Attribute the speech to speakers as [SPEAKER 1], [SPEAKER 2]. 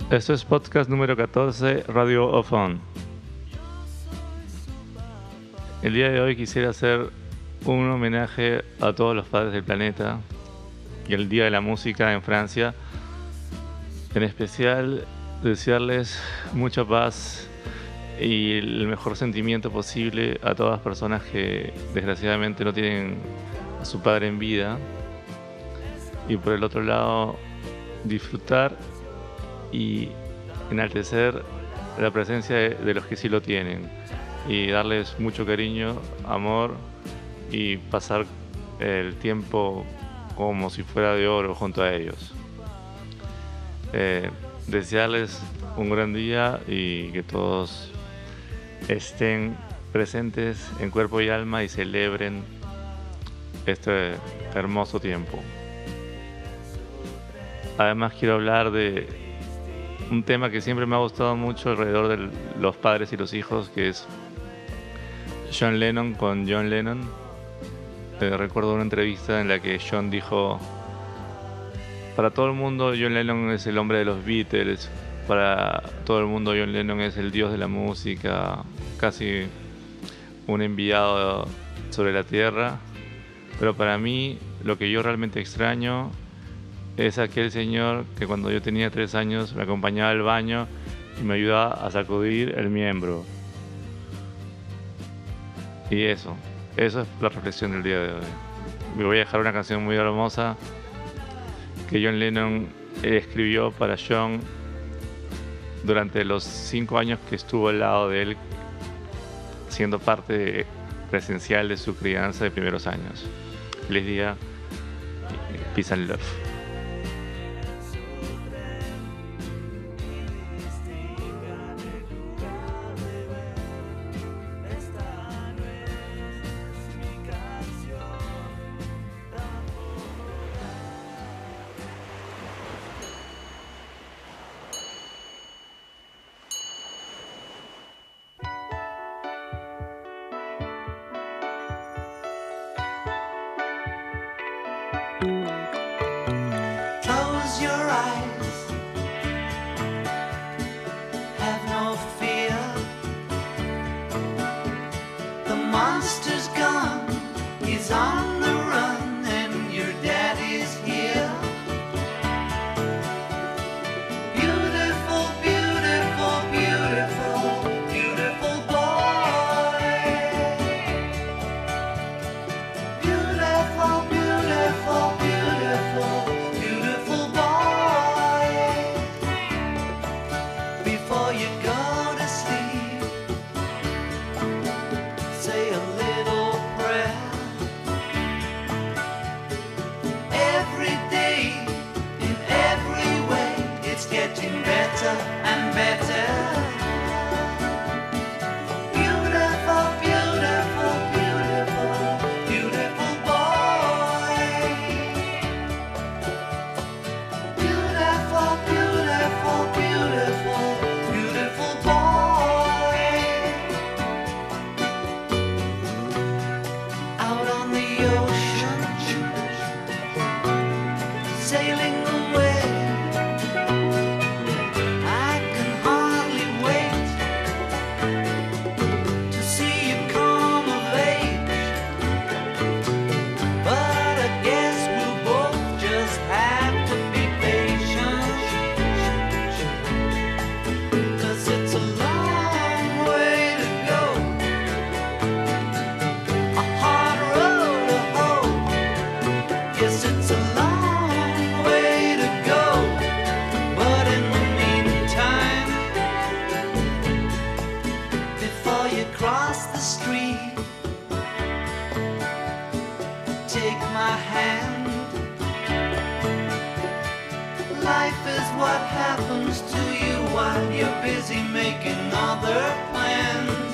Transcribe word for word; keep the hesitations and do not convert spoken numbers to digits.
[SPEAKER 1] Esto es podcast número catorce, Radio Off On. El día de hoy quisiera hacer un homenaje a todos los padres del planeta y el Día de la Música en Francia. En especial, desearles mucha paz y el mejor sentimiento posible a todas las personas que desgraciadamente no tienen a su padre en vida. Y por el otro lado, disfrutar y enaltecer la presencia de, de los que sí lo tienen y darles mucho cariño, amor y pasar el tiempo como si fuera de oro junto a ellos. Eh, desearles un gran día y que todos estén presentes en cuerpo y alma y celebren este hermoso tiempo. Además quiero hablar de un tema que siempre me ha gustado mucho alrededor de los padres y los hijos, que es John Lennon con John Lennon. Eh, recuerdo una entrevista en la que John dijo: para todo el mundo John Lennon es el hombre de los Beatles, para todo el mundo John Lennon es el dios de la música, casi un enviado sobre la tierra, pero para mí lo que yo realmente extraño es aquel señor que cuando yo tenía tres años me acompañaba al baño y me ayudaba a sacudir el miembro. Y eso, eso es la reflexión del día de hoy. Me voy a dejar una canción muy hermosa que John Lennon escribió para John durante los cinco años que estuvo al lado de él, siendo parte presencial de su crianza de primeros años. Feliz día, peace and love.
[SPEAKER 2] Close your eyes, have no fear. The monster's gone, he's on the run, and your daddy's here. Beautiful, beautiful, beautiful, beautiful boy. Beautiful, beautiful, beautiful. Before you go to sleep, say a little prayer. Every day, in every way, it's getting better and better. Beautiful, beautiful, beautiful, beautiful boy. Beautiful, beautiful, beautiful. Sailing away, I can hardly wait to see you come of age. But I guess we'll both just have to be patient, 'cause it's a long way to go, a hard road to hoe. Yes, it's a long across the street, take my hand. Life is what happens to you while you're busy making other plans.